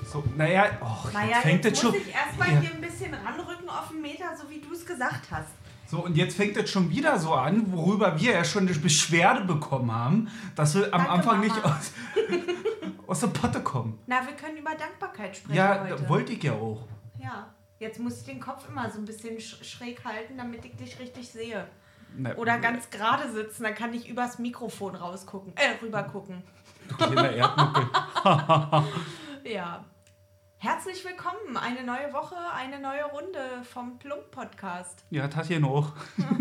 So, naja, jetzt fängt jetzt das schon. Muss ich erstmal hier ein bisschen ranrücken auf den Meter, so wie du es gesagt hast. So, und jetzt fängt das schon wieder so an, worüber wir ja schon eine Beschwerde bekommen haben, dass wir am Anfang Mama. nicht aus der Potte kommen. Na, wir können über Dankbarkeit sprechen Ja, heute. wollte ich ja auch. Ja, jetzt muss ich den Kopf immer so ein bisschen schräg halten, damit ich dich richtig sehe. Na, Oder ganz gerade sitzen, dann kann ich übers Mikrofon rüber gucken. Kleiner Erdnuckel. Ja. Herzlich willkommen, eine neue Woche, eine neue Runde vom Plump-Podcast. Ja, Tatjen auch.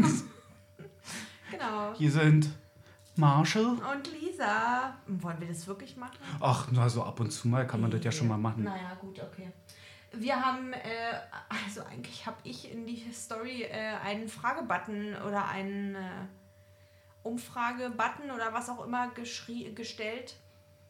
Genau. Hier sind Marshall. Und Lisa. Wollen wir das wirklich machen? Ach, na so ab und zu mal kann man das ja schon mal machen. Naja, gut, okay. Wir haben, also eigentlich habe ich in die Story einen Fragebutton oder einen Umfragebutton oder was auch immer gestellt,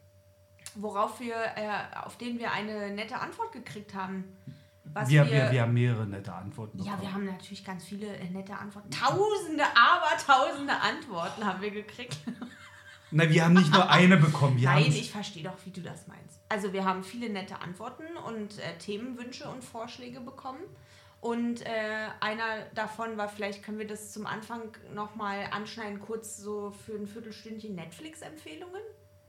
auf den wir eine nette Antwort gekriegt haben. Wir haben mehrere nette Antworten bekommen. Ja, wir haben natürlich ganz viele nette Antworten. Tausende Antworten haben wir gekriegt. Na, wir haben nicht nur eine bekommen. Nein, ich verstehe doch, wie du das meinst. Also wir haben viele nette Antworten und Themenwünsche und Vorschläge bekommen. Und einer davon war, vielleicht können wir das zum Anfang nochmal anschneiden, kurz so für ein Viertelstündchen Netflix-Empfehlungen.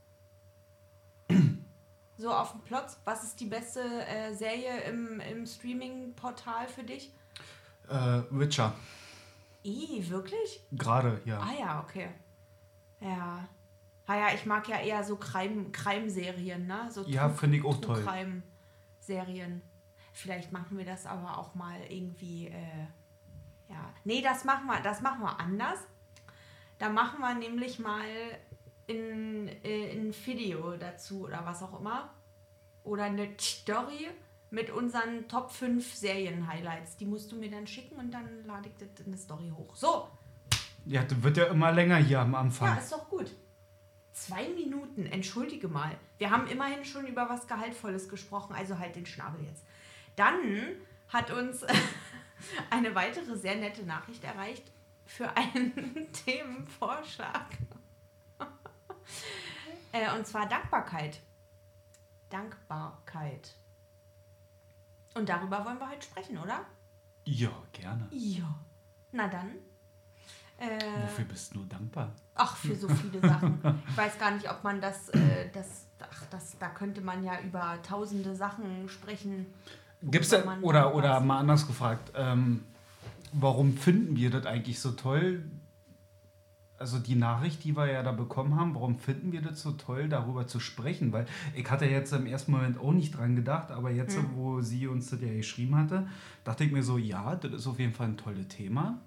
So auf dem Plotz. Was ist die beste Serie im Streaming-Portal für dich? Witcher. Wirklich? Gerade, ja. Ah ja, okay. Ja. Ja, ich mag ja eher so Crime-Serien, ne? So ja, finde ich auch toll. Crime-Serien. Vielleicht machen wir das aber auch mal irgendwie, ja. Nee, das machen wir anders. Da machen wir nämlich mal ein Video dazu oder was auch immer. Oder eine Story mit unseren Top 5 Serien-Highlights. Die musst du mir dann schicken und dann lade ich das in eine Story hoch. So. Ja, das wird ja immer länger hier am Anfang. Ja, ist doch gut. 2 Minuten, entschuldige mal. Wir haben immerhin schon über was Gehaltvolles gesprochen, also halt den Schnabel jetzt. Dann hat uns eine weitere sehr nette Nachricht erreicht für einen Themenvorschlag. Und zwar Dankbarkeit. Dankbarkeit. Und darüber wollen wir heute sprechen, oder? Ja, gerne. Ja. Na dann. Wofür bist du dankbar? Ach, für so viele Sachen. Ich weiß gar nicht, ob man da könnte man ja über tausende Sachen sprechen. Gibt's da, oder mal anders gefragt, warum finden wir das eigentlich so toll? Also die Nachricht, die wir ja da bekommen haben, warum finden wir das so toll, darüber zu sprechen? Weil ich hatte jetzt im ersten Moment auch nicht dran gedacht, aber jetzt, wo sie uns das ja geschrieben hatte, dachte ich mir so, ja, das ist auf jeden Fall ein tolles Thema.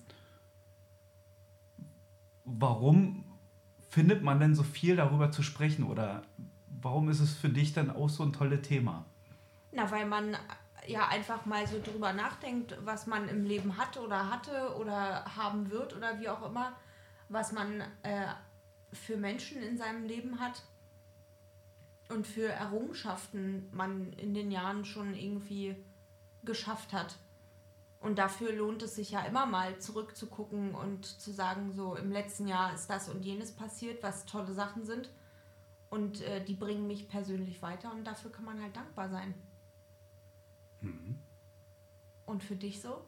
Warum findet man denn so viel darüber zu sprechen? Oder warum ist es für dich dann auch so ein tolles Thema? Na, weil man ja einfach mal so drüber nachdenkt, was man im Leben hat oder hatte oder haben wird oder wie auch immer, was man für Menschen in seinem Leben hat und für Errungenschaften man in den Jahren schon irgendwie geschafft hat. Und dafür lohnt es sich ja immer mal zurückzugucken und zu sagen, so im letzten Jahr ist das und jenes passiert, was tolle Sachen sind. Und die bringen mich persönlich weiter und dafür kann man halt dankbar sein. Mhm. Und für dich so?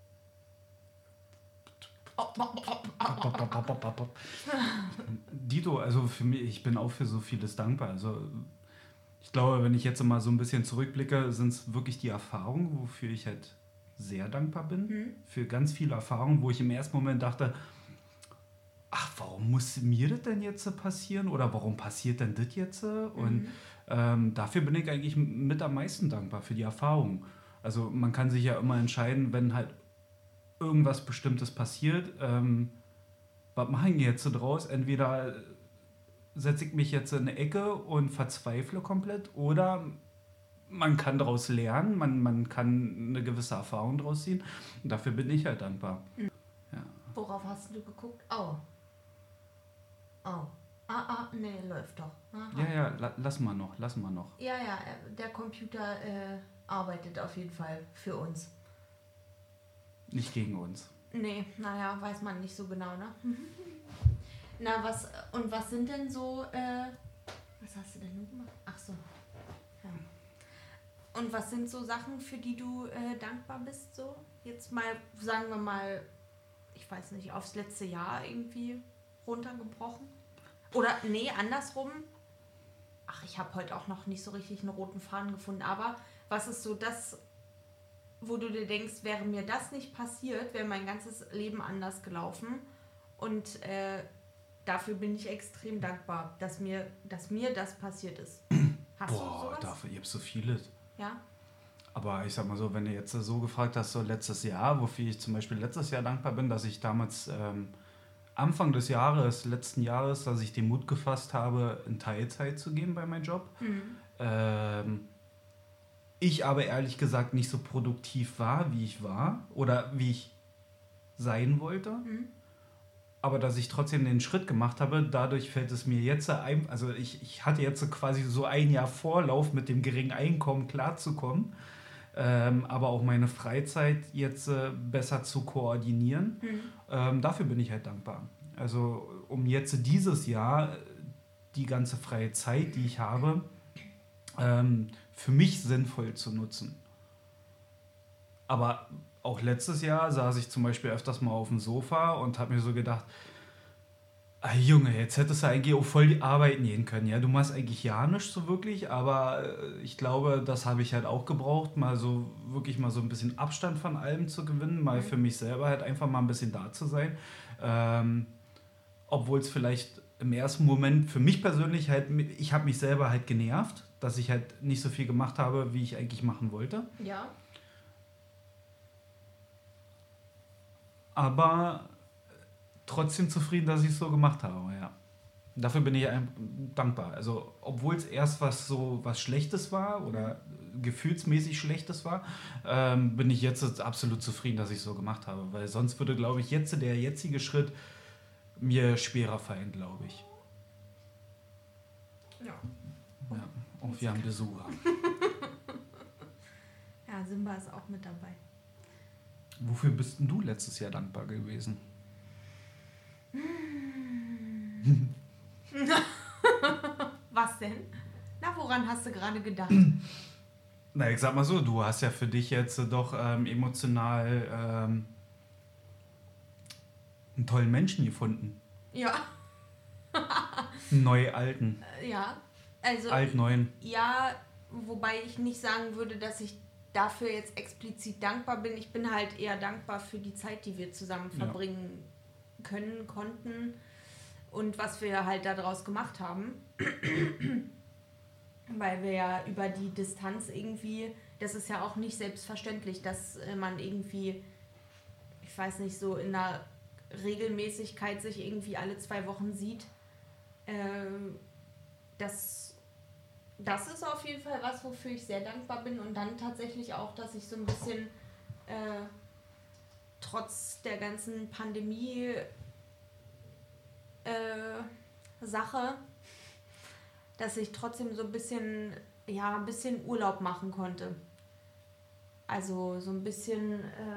Dito, also für mich, ich bin auch für so vieles dankbar. Also ich glaube, wenn ich jetzt mal so ein bisschen zurückblicke, sind es wirklich die Erfahrungen, wofür ich halt sehr dankbar bin. Für ganz viele Erfahrungen, wo ich im ersten Moment dachte, ach, warum muss mir das denn jetzt passieren? Oder warum passiert denn das jetzt? Und dafür bin ich eigentlich mit am meisten dankbar, für die Erfahrung. Also man kann sich ja immer entscheiden, wenn halt irgendwas Bestimmtes passiert, was machen wir jetzt draus? Entweder setze ich mich jetzt in eine Ecke und verzweifle komplett oder man kann daraus lernen, man kann eine gewisse Erfahrung draus ziehen und dafür bin ich halt dankbar. Ja. Worauf hast du geguckt? Oh. Nee, läuft doch. Aha. Ja, lassen wir noch. Ja, der Computer arbeitet auf jeden Fall für uns. Nicht gegen uns. Nee, naja, weiß man nicht so genau, ne? Na, was sind denn so, was hast du denn nun gemacht? Ach so. Und was sind so Sachen, für die du dankbar bist? So jetzt mal, sagen wir mal, ich weiß nicht, aufs letzte Jahr irgendwie runtergebrochen? Oder nee, andersrum. Ach, ich habe heute auch noch nicht so richtig einen roten Faden gefunden. Aber was ist so das, wo du dir denkst, wäre mir das nicht passiert, wäre mein ganzes Leben anders gelaufen. Und dafür bin ich extrem dankbar, dass mir das passiert ist. Hast du sowas? Dafür, ich habe so vieles. Ja. Aber ich sag mal so, wenn du jetzt so gefragt hast, so letztes Jahr, wofür ich zum Beispiel letztes Jahr dankbar bin, dass ich damals Anfang des letzten Jahres, dass ich den Mut gefasst habe, in Teilzeit zu gehen bei meinem Job. Ich aber ehrlich gesagt nicht so produktiv war, wie ich war oder wie ich sein wollte. Aber dass ich trotzdem den Schritt gemacht habe, dadurch fällt es mir jetzt ein, also ich hatte jetzt quasi so ein Jahr Vorlauf, mit dem geringen Einkommen klarzukommen, aber auch meine Freizeit jetzt besser zu koordinieren. Dafür bin ich halt dankbar. Also um jetzt dieses Jahr die ganze freie Zeit, die ich habe, für mich sinnvoll zu nutzen. Aber auch letztes Jahr saß ich zum Beispiel öfters mal auf dem Sofa und habe mir so gedacht, Junge, jetzt hättest du eigentlich auch voll arbeiten gehen können. Ja, du machst eigentlich ja nichts so wirklich, aber ich glaube, das habe ich halt auch gebraucht, mal so wirklich mal so ein bisschen Abstand von allem zu gewinnen, mal für mich selber halt einfach mal ein bisschen da zu sein. Obwohl es vielleicht im ersten Moment für mich persönlich halt, ich habe mich selber halt genervt, dass ich halt nicht so viel gemacht habe, wie ich eigentlich machen wollte. Ja. Aber trotzdem zufrieden, dass ich es so gemacht habe, ja. Dafür bin ich dankbar. Also, obwohl es erst was Schlechtes war oder gefühlsmäßig Schlechtes war, bin ich jetzt absolut zufrieden, dass ich es so gemacht habe. Weil sonst würde, glaube ich, jetzt der jetzige Schritt mir schwerer fallen, glaube ich. Ja. Ja. Und wir haben Besucher. Ja, Simba ist auch mit dabei. Wofür bist denn du letztes Jahr dankbar gewesen? Was denn? Na, woran hast du gerade gedacht? Na, ich sag mal so, du hast ja für dich jetzt doch emotional einen tollen Menschen gefunden. Ja. Einen neu-alten. Ja. Also, Alt-neuen. Ja, wobei ich nicht sagen würde, dass ich dafür jetzt explizit dankbar bin. Ich bin halt eher dankbar für die Zeit, die wir zusammen verbringen können, konnten und was wir halt daraus gemacht haben. Weil wir ja über die Distanz irgendwie, das ist ja auch nicht selbstverständlich, dass man irgendwie, ich weiß nicht, so in einer Regelmäßigkeit sich irgendwie alle 2 Wochen sieht. Das ist auf jeden Fall was, wofür ich sehr dankbar bin. Und dann tatsächlich auch, dass ich so ein bisschen trotz der ganzen Pandemie-Sache, dass ich trotzdem so ein bisschen Urlaub machen konnte. Also so ein bisschen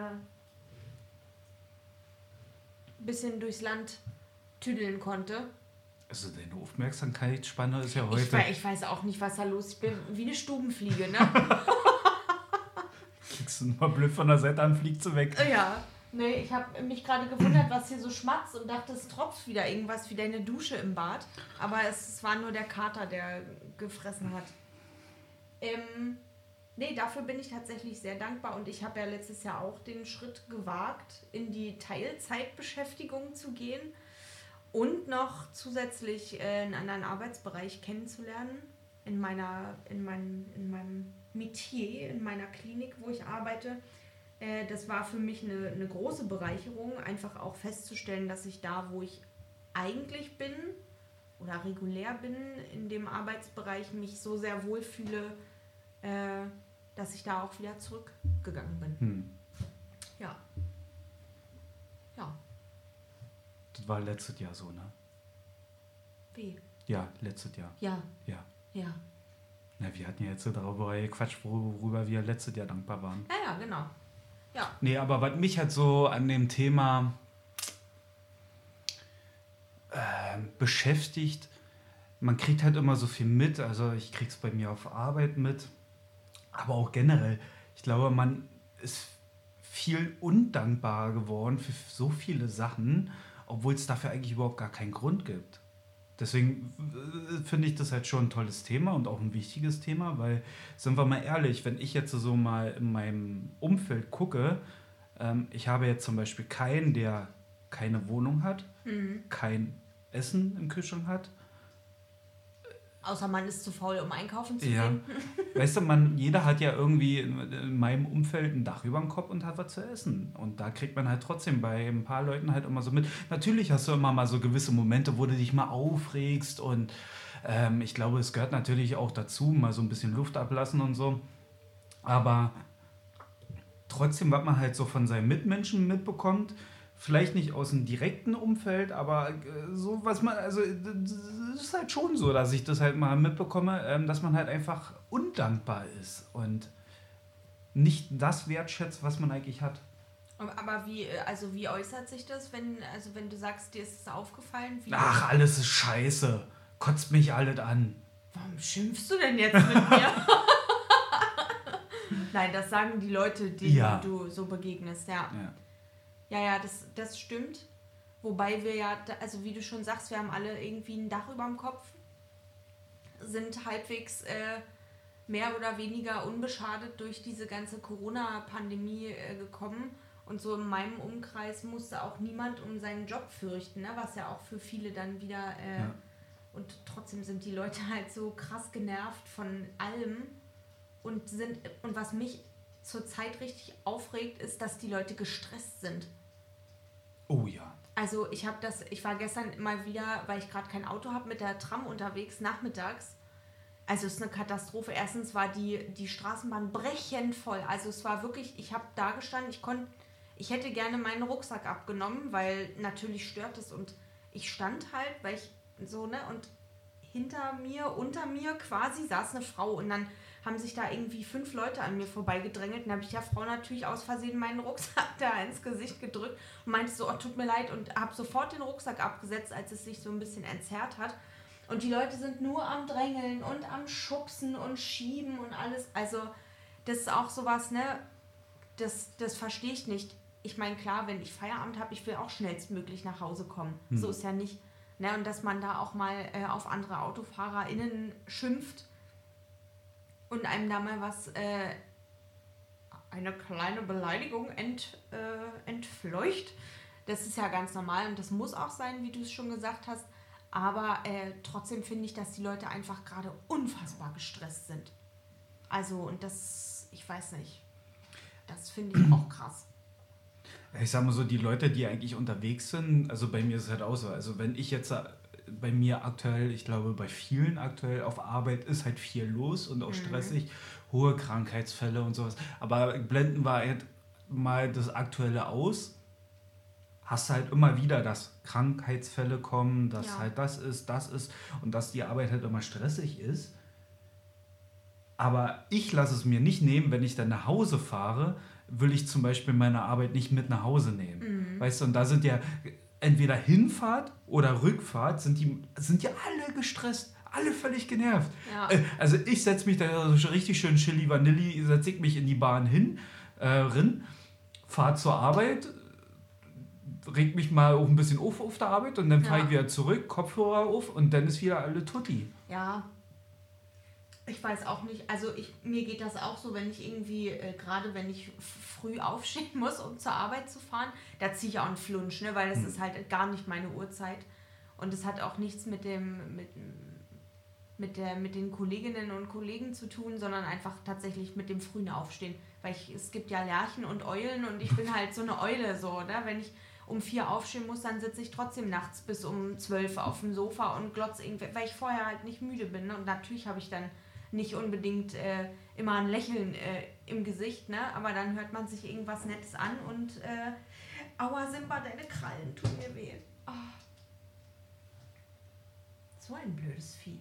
durchs Land tüdeln konnte. Also deine Aufmerksamkeitsspanne ist ja heute... Ich weiß auch nicht, was da los ist. Ich bin wie eine Stubenfliege, ne? Kriegst du mal blöd von der Seite an, fliegt sie weg. Ja. Nee, ich habe mich gerade gewundert, was hier so schmatzt und dachte, es tropft wieder irgendwas wie deine Dusche im Bad. Aber es war nur der Kater, der gefressen hat. Nee, dafür bin ich tatsächlich sehr dankbar. Und ich habe ja letztes Jahr auch den Schritt gewagt, in die Teilzeitbeschäftigung zu gehen. Und noch zusätzlich einen anderen Arbeitsbereich kennenzulernen in meinem Metier, in meiner Klinik, wo ich arbeite. Das war für mich eine große Bereicherung, einfach auch festzustellen, dass ich da, wo ich eigentlich bin oder regulär bin, in dem Arbeitsbereich mich so sehr wohlfühle, dass ich da auch wieder zurückgegangen bin. Ja. Ja. Das war letztes Jahr so, ne? Wie? Ja, letztes Jahr. Ja. Ja. Ja. Na, wir hatten ja jetzt darüber gequatscht, worüber wir letztes Jahr dankbar waren. Ja, genau. Ja. Nee, aber was mich halt so an dem Thema beschäftigt, man kriegt halt immer so viel mit, also ich krieg's bei mir auf Arbeit mit, Aber auch generell, ich glaube, man ist viel undankbarer geworden für so viele Sachen, obwohl es dafür eigentlich überhaupt gar keinen Grund gibt. Deswegen finde ich das halt schon ein tolles Thema und auch ein wichtiges Thema, weil, sind wir mal ehrlich, wenn ich jetzt so mal in meinem Umfeld gucke, ich habe jetzt zum Beispiel keinen, der keine Wohnung hat, kein Essen im Kühlschrank hat. Außer man ist zu faul, um einkaufen zu Ja. gehen. Weißt du, jeder hat ja irgendwie in meinem Umfeld ein Dach über dem Kopf und hat was zu essen. Und da kriegt man halt trotzdem bei ein paar Leuten halt immer so mit. Natürlich hast du immer mal so gewisse Momente, wo du dich mal aufregst. Und ich glaube, es gehört natürlich auch dazu, mal so ein bisschen Luft ablassen und so. Aber trotzdem, was man halt so von seinen Mitmenschen mitbekommt, vielleicht nicht aus dem direkten Umfeld, aber so was man, also es ist halt schon so, dass ich das halt mal mitbekomme, dass man halt einfach undankbar ist und nicht das wertschätzt, was man eigentlich hat. Aber wie äußert sich das, wenn du sagst, dir ist es aufgefallen? Ach, alles ist scheiße. Kotzt mich alles an. Warum schimpfst du denn jetzt mit mir? Nein, das sagen die Leute, denen du so begegnest, ja. Ja, das stimmt. Wobei wir ja, also wie du schon sagst, wir haben alle irgendwie ein Dach über dem Kopf, sind halbwegs mehr oder weniger unbeschadet durch diese ganze Corona-Pandemie gekommen. Und so in meinem Umkreis musste auch niemand um seinen Job fürchten, ne? Was ja auch für viele dann wieder... Und trotzdem sind die Leute halt so krass genervt von allem. Und was mich zurzeit richtig aufregt, ist, dass die Leute gestresst sind. Oh ja. Also ich war gestern mal wieder, weil ich gerade kein Auto habe, mit der Tram unterwegs, nachmittags. Also es ist eine Katastrophe. Erstens war die Straßenbahn brechend voll. Also es war wirklich, ich habe da gestanden, ich hätte gerne meinen Rucksack abgenommen, weil natürlich stört es. Und ich stand halt, weil ich so, ne, und unter mir quasi saß eine Frau und dann haben sich da irgendwie 5 Leute an mir vorbeigedrängelt. Und da habe ich der Frau natürlich aus Versehen meinen Rucksack da ins Gesicht gedrückt und meinte so, oh, tut mir leid, und habe sofort den Rucksack abgesetzt, als es sich so ein bisschen entzerrt hat. Und die Leute sind nur am Drängeln und am Schubsen und Schieben und alles. Also das ist auch sowas, ne, das verstehe ich nicht. Ich meine, klar, wenn ich Feierabend habe, ich will auch schnellstmöglich nach Hause kommen. So ist ja nicht. Ne, und dass man da auch mal auf andere AutofahrerInnen schimpft und einem da mal eine kleine Beleidigung entfleucht, das ist ja ganz normal und das muss auch sein, wie du es schon gesagt hast. Aber trotzdem finde ich, dass die Leute einfach gerade unfassbar gestresst sind. Also, und das, ich weiß nicht, das finde ich auch krass. Ich sag mal so, die Leute, die eigentlich unterwegs sind, also bei mir ist es halt auch so, also wenn ich jetzt bei mir aktuell, ich glaube bei vielen aktuell auf Arbeit ist halt viel los und auch stressig, hohe Krankheitsfälle und sowas, aber blenden wir halt mal das Aktuelle aus, hast halt immer wieder, dass Krankheitsfälle kommen, dass halt das ist und dass die Arbeit halt immer stressig ist, aber ich lasse es mir nicht nehmen, wenn ich dann nach Hause fahre, will ich zum Beispiel meine Arbeit nicht mit nach Hause nehmen. Weißt du, und da sind ja entweder Hinfahrt oder Rückfahrt sind ja alle gestresst, alle völlig genervt. Ja. Also ich setze mich da so richtig schön Chili Vanilli, setze ich mich in die Bahn hin, fahre zur Arbeit, reg mich mal auch ein bisschen auf der Arbeit und dann fahre ich wieder zurück, Kopfhörer auf und dann ist wieder alle tutti. Ja. Ich weiß auch nicht, also mir geht das auch so, wenn ich irgendwie, gerade wenn ich früh aufstehen muss, um zur Arbeit zu fahren, da ziehe ich auch einen Flunsch, ne, weil das ist halt gar nicht meine Uhrzeit und es hat auch nichts mit den Kolleginnen und Kollegen zu tun, sondern einfach tatsächlich mit dem frühen Aufstehen, weil es gibt ja Lerchen und Eulen und ich bin halt so eine Eule, so, ne, wenn ich um 4 aufstehen muss, dann sitze ich trotzdem nachts bis um 12 auf dem Sofa und glotze irgendwie, weil ich vorher halt nicht müde bin, ne? Und natürlich habe ich dann nicht unbedingt immer ein Lächeln im Gesicht, ne? Aber dann hört man sich irgendwas Nettes an und aua Simba, deine Krallen tun mir weh. Oh. So ein blödes Vieh.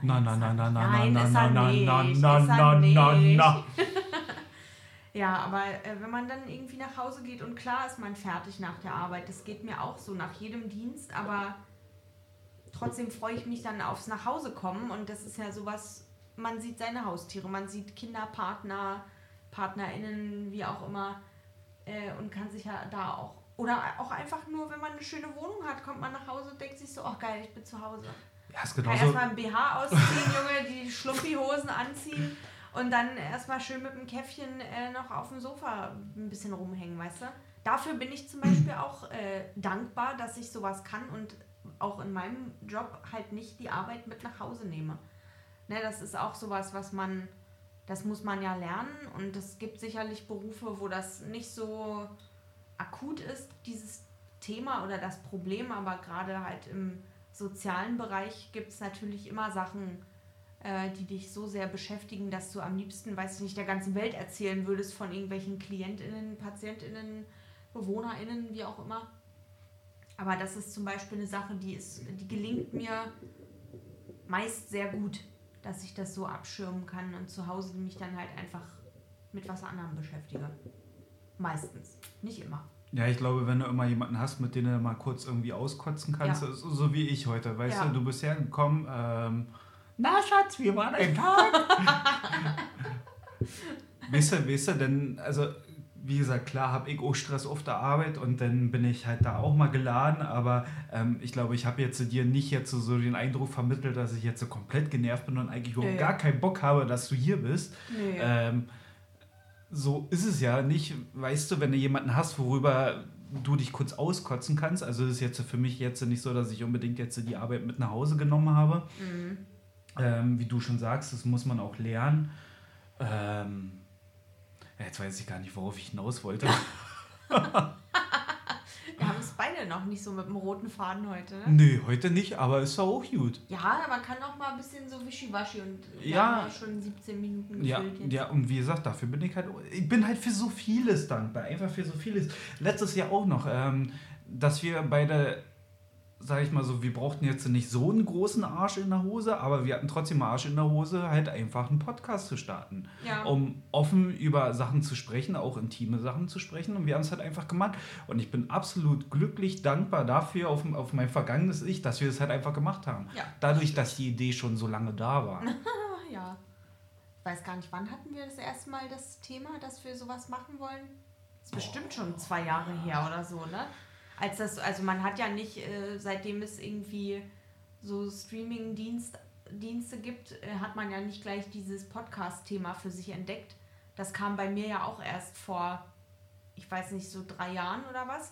Ja, aber wenn man dann irgendwie nach Hause geht und klar ist man fertig nach der Arbeit, das geht mir auch so nach jedem Dienst, aber trotzdem freue ich mich dann aufs Nachhausekommen und das ist ja sowas, man sieht seine Haustiere, man sieht Kinder, Partner, PartnerInnen, wie auch immer, und kann sich ja da auch, oder auch einfach nur, wenn man eine schöne Wohnung hat, kommt man nach Hause und denkt sich so, ach geil, ich bin zu Hause. Ja, ist genauso. Erstmal ein BH ausziehen, Junge, die Schlumpi-Hosen anziehen und dann erstmal schön mit dem Käffchen noch auf dem Sofa ein bisschen rumhängen, weißt du? Dafür bin ich zum Beispiel auch dankbar, dass ich sowas kann und auch in meinem Job halt nicht die Arbeit mit nach Hause nehme. Ne, das ist auch sowas, das muss man ja lernen und es gibt sicherlich Berufe, wo das nicht so akut ist, dieses Thema oder das Problem, aber gerade halt im sozialen Bereich gibt es natürlich immer Sachen, die dich so sehr beschäftigen, dass du am liebsten, weiß ich nicht, der ganzen Welt erzählen würdest von irgendwelchen KlientInnen, PatientInnen, BewohnerInnen, wie auch immer. Aber das ist zum Beispiel eine Sache, die gelingt mir meist sehr gut, dass ich das so abschirmen kann und zu Hause mich dann halt einfach mit was anderem beschäftige. Meistens. Nicht immer. Ja, ich glaube, wenn du immer jemanden hast, mit dem du mal kurz irgendwie auskotzen kannst, Ja. so wie ich heute, weißt Ja. du bist hergekommen, na Schatz, wie war dein Tag? weißt du, denn, also wie gesagt, klar habe ich auch Stress auf der Arbeit und dann bin ich halt da auch mal geladen, aber ich glaube, ich habe jetzt dir nicht jetzt so den Eindruck vermittelt, dass ich jetzt so komplett genervt bin und eigentlich überhaupt gar keinen Bock habe, dass du hier bist. Nee. So ist es ja nicht, weißt du, wenn du jemanden hast, worüber du dich kurz auskotzen kannst, also das ist jetzt für mich jetzt nicht so, dass ich unbedingt jetzt die Arbeit mit nach Hause genommen habe. Wie du schon sagst, das muss man auch lernen. Jetzt weiß ich gar nicht, worauf ich hinaus wollte. Wir haben es beide noch nicht so mit dem roten Faden heute, ne? Nee, heute nicht, aber ist auch gut. Ja, man kann auch mal ein bisschen so wischiwaschi und wir Ja. haben ja schon 17 Minuten Ja, gefüllt jetzt. ja, und wie gesagt, dafür bin ich bin halt für so vieles dankbar, einfach für so vieles. Letztes Jahr auch noch, dass wir beide, sag ich mal so, wir brauchten jetzt nicht so einen großen Arsch in der Hose, aber wir hatten trotzdem Arsch in der Hose, halt einfach einen Podcast zu starten. Ja. Um offen über Sachen zu sprechen, auch intime Sachen zu sprechen, und wir haben es halt einfach gemacht. Und ich bin absolut glücklich, dankbar dafür, auf mein vergangenes Ich, dass wir es halt einfach gemacht haben. Ja. Dadurch, dass die Idee schon so lange da war. Ja. Ich weiß gar nicht, wann hatten wir das erste Mal das Thema, dass wir sowas machen wollen? Das ist bestimmt schon 2 Jahre her oder so, ne? Also man hat ja nicht, seitdem es irgendwie so Streaming-Dienste gibt, hat man ja nicht gleich dieses Podcast-Thema für sich entdeckt. Das kam bei mir ja auch erst vor, ich weiß nicht, so 3 Jahren oder was?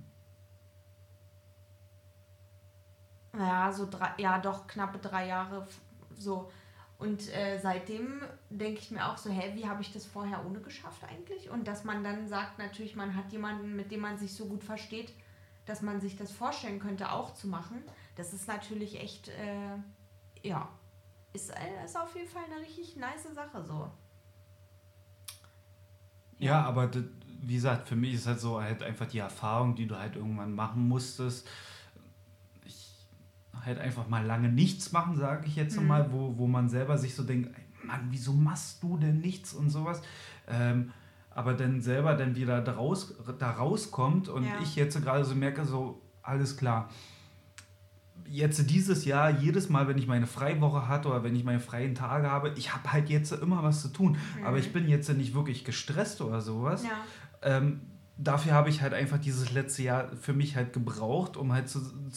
Ja, doch knappe 3 Jahre so. Und seitdem denke ich mir auch so, wie habe ich das vorher ohne geschafft eigentlich? Und dass man dann sagt, natürlich, man hat jemanden, mit dem man sich so gut versteht, dass man sich das vorstellen könnte, auch zu machen. Das ist natürlich echt, ist auf jeden Fall eine richtig nice Sache so. Ja, aber wie gesagt, für mich ist halt so halt einfach die Erfahrung, die du halt irgendwann machen musstest. Halt einfach mal lange nichts machen, sage ich jetzt mal, wo man selber sich so denkt, ey, Mann, wieso machst du denn nichts und sowas? Aber dann selber dann wieder da rauskommt und ich jetzt gerade so merke, so, alles klar. Jetzt dieses Jahr, jedes Mal, wenn ich meine Freiwoche hatte oder wenn ich meine freien Tage habe, ich habe halt jetzt immer was zu tun. Aber ich bin jetzt nicht wirklich gestresst oder sowas. Ja. Dafür habe ich halt einfach dieses letzte Jahr für mich halt gebraucht, um halt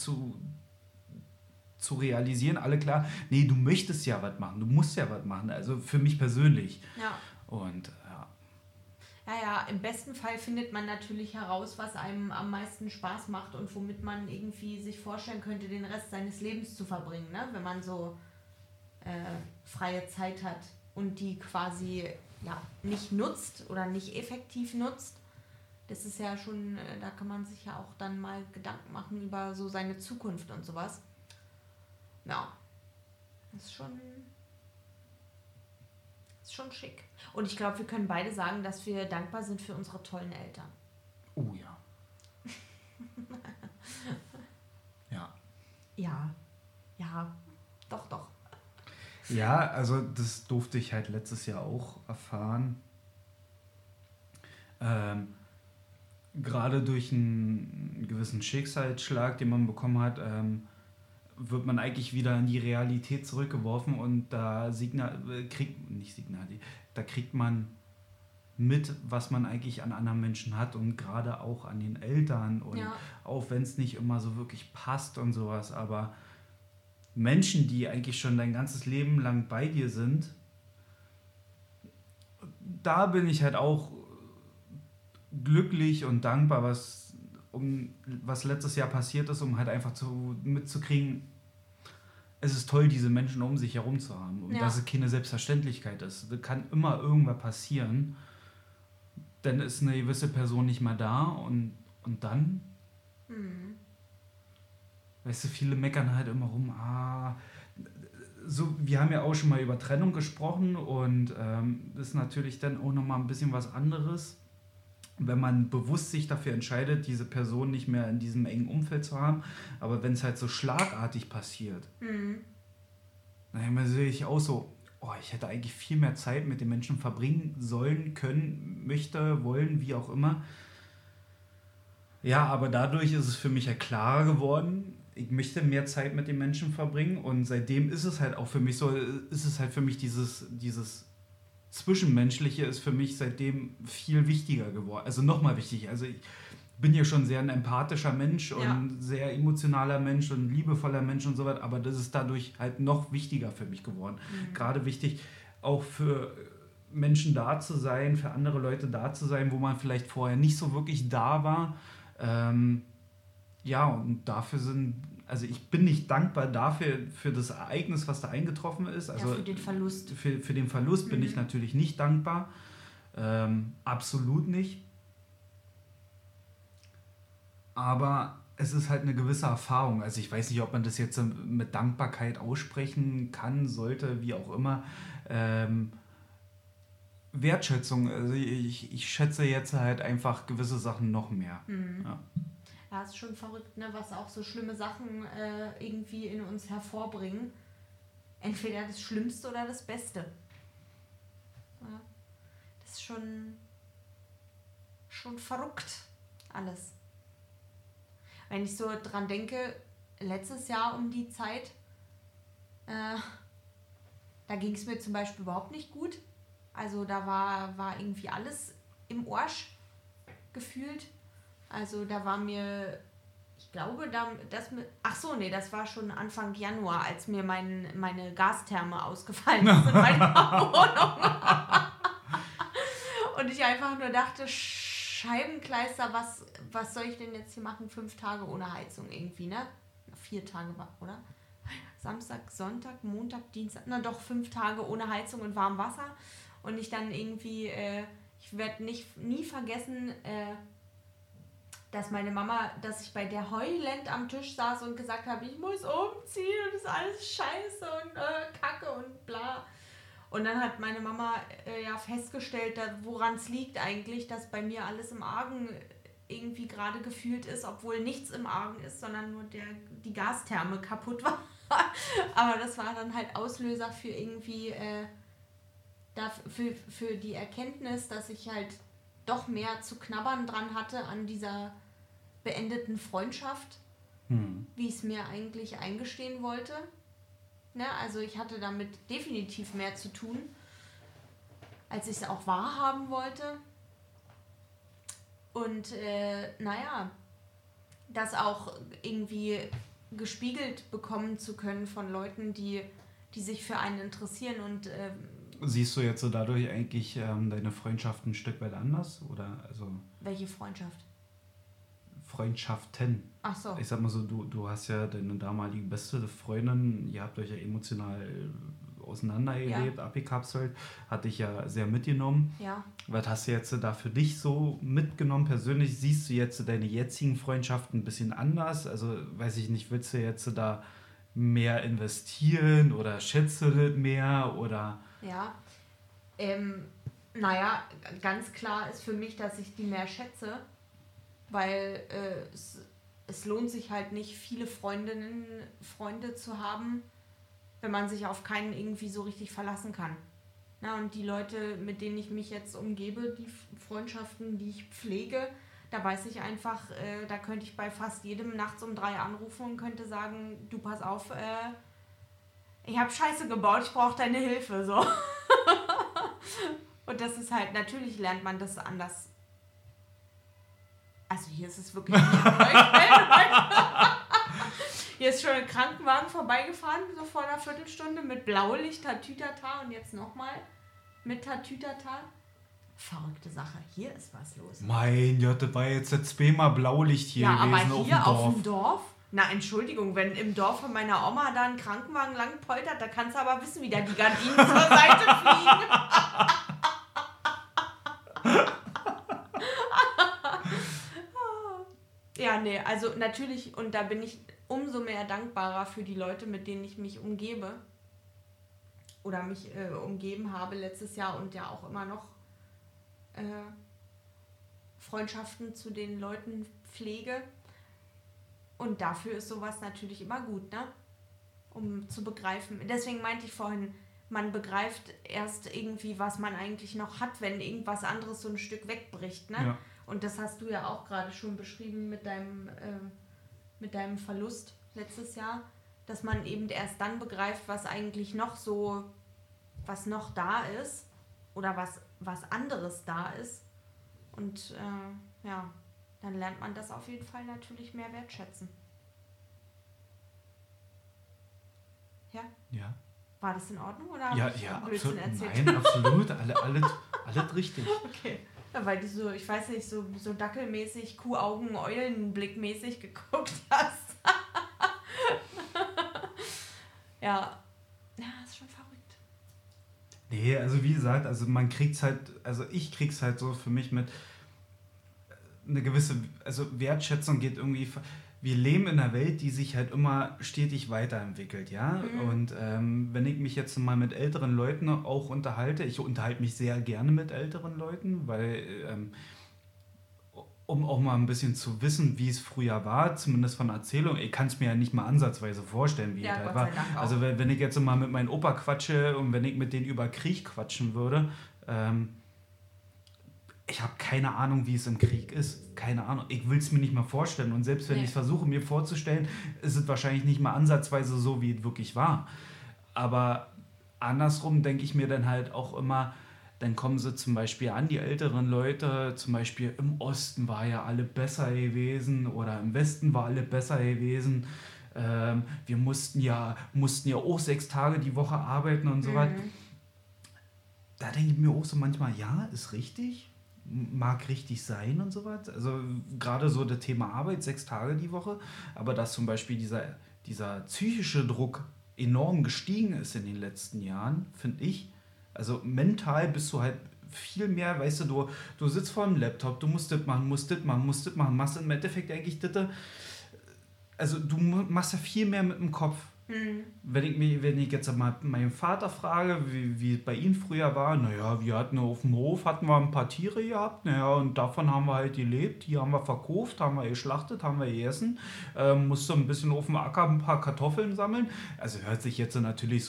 zu realisieren, alle klar, nee, du möchtest ja was machen, du musst ja was machen, also für mich persönlich. Ja. Und Ja, im besten Fall findet man natürlich heraus, was einem am meisten Spaß macht und womit man irgendwie sich vorstellen könnte, den Rest seines Lebens zu verbringen, ne? Wenn man so freie Zeit hat und die quasi nicht nutzt oder nicht effektiv nutzt. Das ist ja schon, da kann man sich ja auch dann mal Gedanken machen über so seine Zukunft und sowas. Ja, das ist schon schick. Und ich glaube, wir können beide sagen, dass wir dankbar sind für unsere tollen Eltern. oh ja. Ja, doch. Ja, also das durfte ich halt letztes Jahr auch erfahren. Gerade durch einen gewissen Schicksalsschlag, den man bekommen hat, wird man eigentlich wieder in die Realität zurückgeworfen und da kriegt man mit, was man eigentlich an anderen Menschen hat und gerade auch an den Eltern und auch wenn es nicht immer so wirklich passt und sowas, aber Menschen, die eigentlich schon dein ganzes Leben lang bei dir sind, da bin ich halt auch glücklich und dankbar, was letztes Jahr passiert ist, um halt einfach mitzukriegen, es ist toll, diese Menschen um sich herum zu haben und dass es keine Selbstverständlichkeit ist. Da kann immer irgendwas passieren, dann ist eine gewisse Person nicht mehr da und dann, weißt du, viele meckern halt immer rum, so, wir haben ja auch schon mal über Trennung gesprochen und das ist natürlich dann auch nochmal ein bisschen was anderes, wenn man bewusst sich dafür entscheidet, diese Person nicht mehr in diesem engen Umfeld zu haben, aber wenn es halt so schlagartig passiert, dann sehe ich auch so, ich hätte eigentlich viel mehr Zeit mit den Menschen verbringen sollen, können, möchte, wollen, wie auch immer. Ja, aber dadurch ist es für mich ja klarer geworden, ich möchte mehr Zeit mit den Menschen verbringen und seitdem ist es halt auch für mich so, ist es halt für mich dieses Zwischenmenschliche ist für mich seitdem viel wichtiger geworden, also nochmal wichtig. Also ich bin ja schon sehr ein empathischer Mensch und sehr emotionaler Mensch und liebevoller Mensch und so weiter, aber das ist dadurch halt noch wichtiger für mich geworden. Gerade wichtig, auch für Menschen da zu sein, für andere Leute da zu sein, wo man vielleicht vorher nicht so wirklich da war. Und dafür also ich bin nicht dankbar dafür, für das Ereignis, was da eingetroffen ist. Also für den Verlust. Für den Verlust bin ich natürlich nicht dankbar. Absolut nicht. Aber es ist halt eine gewisse Erfahrung. Also ich weiß nicht, ob man das jetzt mit Dankbarkeit aussprechen kann, sollte, wie auch immer. Wertschätzung, also ich schätze jetzt halt einfach gewisse Sachen noch mehr. Ja, ist schon verrückt, ne, was auch so schlimme Sachen irgendwie in uns hervorbringen. Entweder das Schlimmste oder das Beste. Ja, das ist schon verrückt, alles. Wenn ich so dran denke, letztes Jahr um die Zeit, da ging es mir zum Beispiel überhaupt nicht gut. Also da war irgendwie alles im Arsch gefühlt. Also da war mir, ich glaube, das war schon Anfang Januar, als mir meine Gastherme ausgefallen ist in meiner Wohnung. Und ich einfach nur dachte, Scheibenkleister, was soll ich denn jetzt hier machen? 5 Tage ohne Heizung irgendwie, ne? 4 Tage war, oder? Samstag, Sonntag, Montag, Dienstag, 5 Tage ohne Heizung und warmem Wasser. Und ich dann irgendwie, ich werde nie vergessen, dass meine Mama, dass ich bei der heulend am Tisch saß und gesagt habe, ich muss umziehen und das ist alles scheiße und Kacke und bla. Und dann hat meine Mama festgestellt, woran es liegt eigentlich, dass bei mir alles im Argen irgendwie gerade gefühlt ist, obwohl nichts im Argen ist, sondern nur die Gastherme kaputt war. Aber das war dann halt Auslöser für irgendwie, für die Erkenntnis, dass ich halt doch mehr zu knabbern dran hatte an dieser beendeten Freundschaft, wie ich es mir eigentlich eingestehen wollte. Ne? Also ich hatte damit definitiv mehr zu tun, als ich es auch wahrhaben wollte. Und das auch irgendwie gespiegelt bekommen zu können von Leuten, die sich für einen interessieren und siehst du jetzt so dadurch eigentlich deine Freundschaft ein Stück weit anders? Oder also welche Freundschaft? Freundschaften. Ach so. Ich sag mal so, du hast ja deine damalige beste Freundin, ihr habt euch ja emotional auseinandergelebt, abgekapselt, hat dich ja sehr mitgenommen. Ja. Was hast du jetzt da für dich so mitgenommen persönlich? Siehst du jetzt deine jetzigen Freundschaften ein bisschen anders? Also weiß ich nicht, willst du jetzt da mehr investieren oder schätzt du das mehr oder... Ja, ganz klar ist für mich, dass ich die mehr schätze, weil es lohnt sich halt nicht, viele Freunde zu haben, wenn man sich auf keinen irgendwie so richtig verlassen kann. Na, und die Leute, mit denen ich mich jetzt umgebe, die Freundschaften, die ich pflege, Da weiß ich einfach, da könnte ich bei fast jedem nachts um 3 anrufen und könnte sagen, du pass auf, ich habe Scheiße gebaut, ich brauche deine Hilfe. So. Und das ist halt, natürlich lernt man das anders. Also hier ist es wirklich Hier ist schon ein Krankenwagen vorbeigefahren, so vor einer Viertelstunde, mit Blaulicht, Tatütata und jetzt nochmal mit Tatütata. Verrückte Sache. Hier ist was los. Mein Gott, das war jetzt zweimal Blaulicht hier gewesen aber hier auf dem Dorf? Na, Entschuldigung, wenn im Dorf von meiner Oma da ein Krankenwagen lang poltert, da kannst du aber wissen, wie da die Gardinen zur Seite fliegen. Ja, nee, also natürlich, und da bin ich umso mehr dankbarer für die Leute, mit denen ich mich umgebe. Oder mich umgeben habe letztes Jahr und ja auch immer noch Freundschaften zu den Leuten pflege. Und dafür ist sowas natürlich immer gut, ne? Um zu begreifen. Deswegen meinte ich vorhin, man begreift erst irgendwie, was man eigentlich noch hat, wenn irgendwas anderes so ein Stück wegbricht, ne? Ja. Und das hast du ja auch gerade schon beschrieben mit deinem Verlust letztes Jahr, dass man eben erst dann begreift, was eigentlich noch so, was noch da ist oder was anderes da ist. Und dann lernt man das auf jeden Fall natürlich mehr wertschätzen. Ja? Ja. War das in Ordnung oder Ja, habe ich Blödsinn erzählt? Nein, absolut. Alles richtig. Okay. Ja, weil du so, ich weiß nicht, so dackelmäßig, Kuhaugen, Eulenblickmäßig geguckt hast. Ja, ist schon verrückt. Nee, also wie gesagt, also man kriegt's halt, also ich krieg's halt so für mich mit eine gewisse, also Wertschätzung geht irgendwie, wir leben in einer Welt, die sich halt immer stetig weiterentwickelt, ja. Mhm. Und wenn ich mich jetzt mal mit älteren Leuten auch unterhalte, ich unterhalte mich sehr gerne mit älteren Leuten, weil um auch mal ein bisschen zu wissen, wie es früher war, zumindest von Erzählung. Ich kann es mir ja nicht mal ansatzweise vorstellen, wie es halt war. Also wenn ich jetzt mal mit meinem Opa quatsche und wenn ich mit denen über Krieg quatschen würde, ich habe keine Ahnung, wie es im Krieg ist. Keine Ahnung. Ich will es mir nicht mal vorstellen. Und selbst wenn ich es versuche, mir vorzustellen, ist es wahrscheinlich nicht mal ansatzweise so, wie es wirklich war. Aber andersrum denke ich mir dann halt auch immer, dann kommen sie zum Beispiel an, die älteren Leute, zum Beispiel im Osten war ja alle besser gewesen oder im Westen war alle besser gewesen. Wir mussten ja auch 6 Tage die Woche arbeiten und so weiter. Da denke ich mir auch so manchmal, ja, ist richtig. Mag richtig sein und so was. Also gerade so das Thema Arbeit, 6 Tage die Woche, aber dass zum Beispiel dieser psychische Druck enorm gestiegen ist in den letzten Jahren, finde ich. Also mental bist du halt viel mehr, weißt du, du sitzt vor dem Laptop, du musst das machen, machst im Endeffekt eigentlich das. Also du machst ja viel mehr mit dem Kopf. Wenn ich jetzt mal meinen Vater frage, wie es bei ihm früher war, naja, wir hatten auf dem Hof ein paar Tiere gehabt, naja, und davon haben wir halt gelebt, die haben wir verkauft, haben wir geschlachtet, haben wir gegessen, musste ein bisschen auf dem Acker ein paar Kartoffeln sammeln. Also hört sich jetzt so natürlich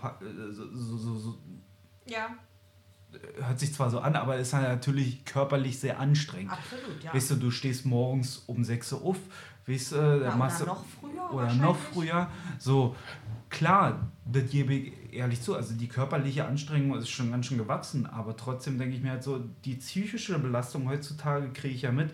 ja. Hört sich zwar so an, aber ist halt natürlich körperlich sehr anstrengend. Absolut, ja. Weißt du stehst morgens um 6 Uhr auf, weißt du, ja, machst oder noch früher. So, klar, das gebe ich ehrlich zu, also die körperliche Anstrengung ist schon ganz schön gewachsen, aber trotzdem denke ich mir halt so, die psychische Belastung heutzutage kriege ich ja mit.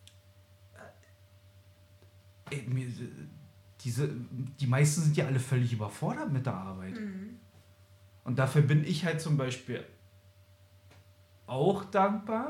Die meisten sind ja alle völlig überfordert mit der Arbeit. Und dafür bin ich halt zum Beispiel auch dankbar,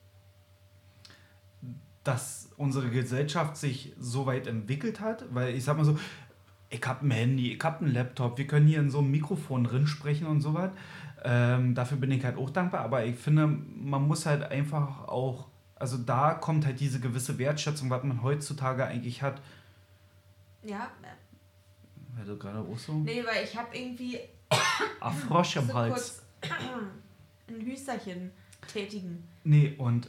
dass unsere Gesellschaft sich so weit entwickelt hat, weil ich sag mal so, ich habe ein Handy, ich habe einen Laptop, wir können hier in so einem Mikrofon drin sprechen und so was. Dafür bin ich halt auch dankbar, aber ich finde, man muss halt einfach auch, also da kommt halt diese gewisse Wertschätzung, was man heutzutage eigentlich hat. Ja. Also gerade auch so? Nee, weil ich habe irgendwie Frosch im Hals. Kurz ein Hüsterchen tätigen. Nee, und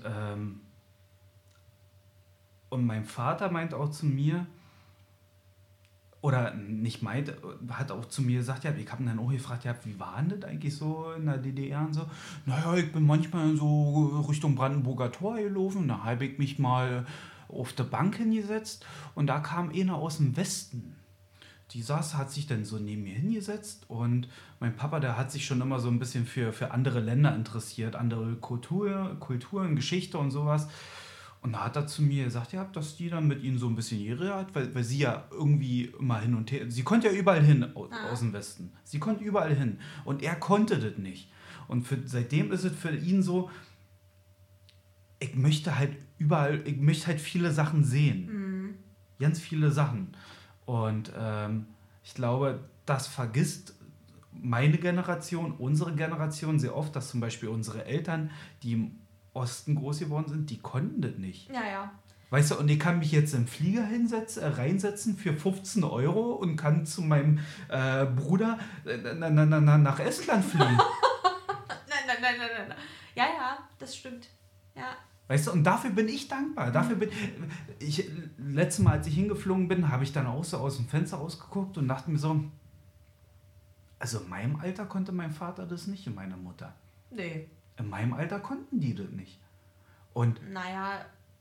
mein Vater meint auch zu mir, oder nicht meint, hat auch zu mir gesagt, ja, ich habe ihn dann auch gefragt, ja, wie war denn das eigentlich so in der DDR und so? Naja, ich bin manchmal so Richtung Brandenburger Tor gelaufen, da habe ich mich mal auf der Bank hingesetzt und da kam einer aus dem Westen. Die hat sich dann so neben mir hingesetzt und mein Papa, der hat sich schon immer so ein bisschen für andere Länder interessiert, andere Kulturen, Geschichte und sowas. Und da hat er zu mir gesagt, ja, dass die dann mit ihnen so ein bisschen geredet hat, weil sie ja irgendwie immer hin und her, sie konnte ja überall hin aus dem Westen. Sie konnte überall hin. Und er konnte das nicht. Und seitdem ist es für ihn so, ich möchte halt viele Sachen sehen. Mhm. Ganz viele Sachen. Und ich glaube, das vergisst meine Generation, unsere Generation sehr oft, dass zum Beispiel unsere Eltern, die im Osten groß geworden sind, die konnten das nicht. Ja, ja. Weißt du, und ich kann mich jetzt im Flieger reinsetzen für 15 Euro und kann zu meinem Bruder nach Estland fliegen. Nein. Ja, das stimmt. Ja. Weißt du, und dafür bin ich dankbar. Dafür bin ich, letztes Mal, als ich hingeflogen bin, habe ich dann auch so aus dem Fenster rausgeguckt und dachte mir so, also in meinem Alter konnte mein Vater das nicht und meine Mutter. Nee. In meinem Alter konnten die das nicht. Und naja.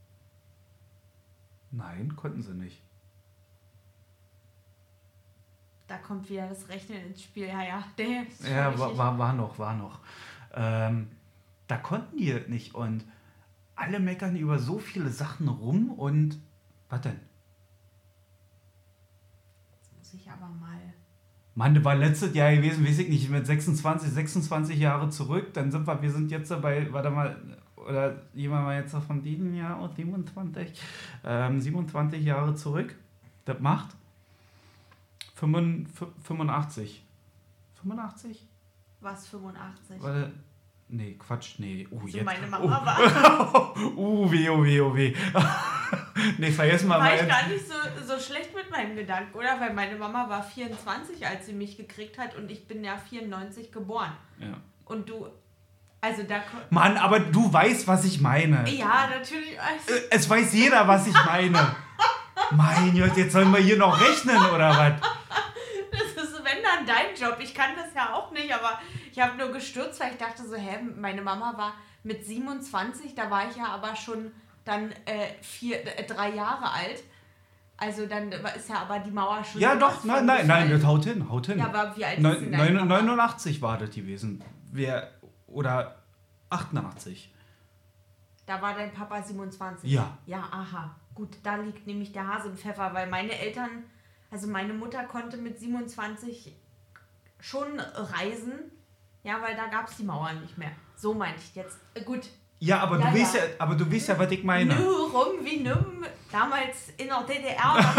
Nein, konnten sie nicht. Da kommt wieder das Rechnen ins Spiel. Ja. Ja, war noch. Da konnten die das nicht und alle meckern über so viele Sachen rum und was denn? Jetzt muss ich aber mal... Mann, das war letztes Jahr gewesen, weiß ich nicht, mit 26 Jahre zurück, dann wir sind jetzt dabei, warte mal, oder jemand mal jetzt von diesem Jahr, 27 Jahre zurück, das macht 85. 85? Was 85? Warte, nee, Quatsch, nee. Also jetzt. Meine Mama war... weh. Nee, vergessen mal. War ich gar nicht so schlecht mit meinem Gedanken, oder? Weil meine Mama war 24, als sie mich gekriegt hat und ich bin ja 94 geboren. Ja. Und du... Also da... Mann, aber du weißt, was ich meine. Ja, natürlich. Es weiß jeder, was ich meine. Mein Gott, jetzt sollen wir hier noch rechnen, oder was? Das ist, wenn dann dein Job. Ich kann das ja auch nicht, aber ich habe nur gestürzt, weil ich dachte so, meine Mama war mit 27, da war ich ja aber schon dann 3 Jahre alt. Also dann ist ja aber die Mauer schon... Ja doch, nein, das haut hin. Ja, aber wie alt ist denn deine Mama? 89 war das gewesen. Oder 88. Da war dein Papa 27? Ja. Ja, aha. Gut, da liegt nämlich der Hase im Pfeffer, weil meine Eltern, also meine Mutter konnte mit 27 schon reisen, ja, weil da gab es die Mauern nicht mehr. So meinte ich jetzt. Gut. Ja, aber du weißt ja, was ich meine. Nö, rum wie nüm, damals in der DDR.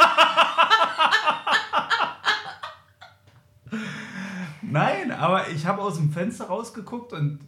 Nein, aber ich habe aus dem Fenster rausgeguckt und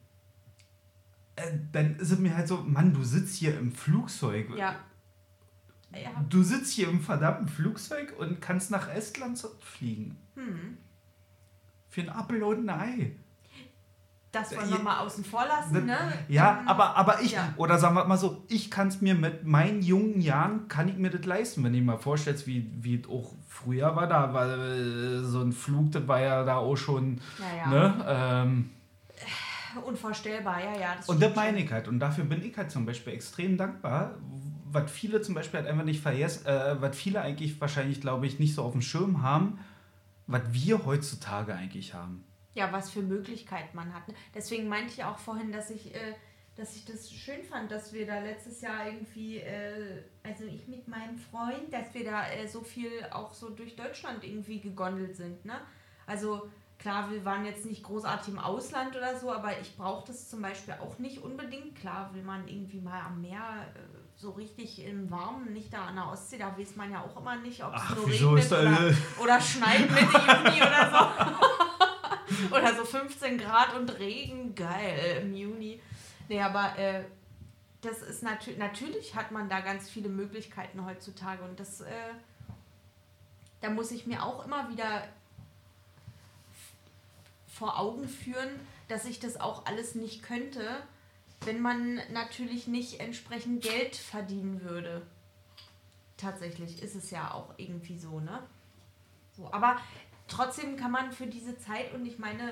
dann ist es mir halt so, Mann, du sitzt hier im Flugzeug. Ja. Du sitzt hier im verdammten Flugzeug und kannst nach Estland fliegen. Für ein Apfel und ein Ei. Das wollen wir mal außen vor lassen, ne? Ja, aber ich, oder sagen wir mal so, ich kann es mir mit meinen jungen Jahren, kann ich mir das leisten, wenn ich mal vorstellst, wie es auch früher war, da war so ein Flug, das war ja da auch schon, ne? Unvorstellbar, ja. Und das meine ich halt, und dafür bin ich halt zum Beispiel extrem dankbar, was viele zum Beispiel halt einfach nicht vergessen, was viele eigentlich wahrscheinlich, glaube ich, nicht so auf dem Schirm haben, was wir heutzutage eigentlich haben. Ja, was für Möglichkeiten man hat. Deswegen meinte ich auch vorhin, dass ich das schön fand, dass wir da letztes Jahr irgendwie, also ich mit meinem Freund, dass wir da so viel auch so durch Deutschland irgendwie gegondelt sind, ne? Also klar, wir waren jetzt nicht großartig im Ausland oder so, aber ich brauche das zum Beispiel auch nicht unbedingt. Klar will man irgendwie mal am Meer so richtig im Warmen, nicht da an der Ostsee, da weiß man ja auch immer nicht, ob es nur regnet oder schneit Mitte Juni oder so. Oder so 15 Grad und Regen, geil, im Juni. Nee, aber das ist natürlich hat man da ganz viele Möglichkeiten heutzutage und das, da muss ich mir auch immer wieder vor Augen führen, dass ich das auch alles nicht könnte, wenn man natürlich nicht entsprechend Geld verdienen würde. tatsächlich ist es ja auch irgendwie so, ne? So, aber trotzdem kann man für diese Zeit, und ich meine,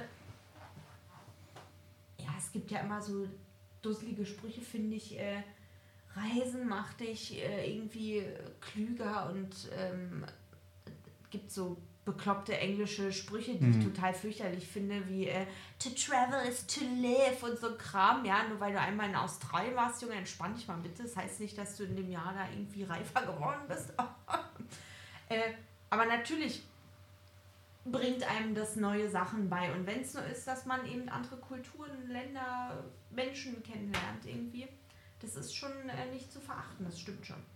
ja, es gibt ja immer so dusselige Sprüche, finde ich, Reisen macht dich irgendwie klüger und gibt so bekloppte englische Sprüche, die ich total fürchterlich finde, wie to travel is to live und so Kram. Ja, nur weil du einmal in Australien warst, Junge, entspann dich mal bitte. Das heißt nicht, dass du in dem Jahr da irgendwie reifer geworden bist. Aber natürlich bringt einem das neue Sachen bei. Und wenn es nur ist, dass man eben andere Kulturen, Länder, Menschen kennenlernt irgendwie, das ist schon nicht zu verachten, das stimmt schon.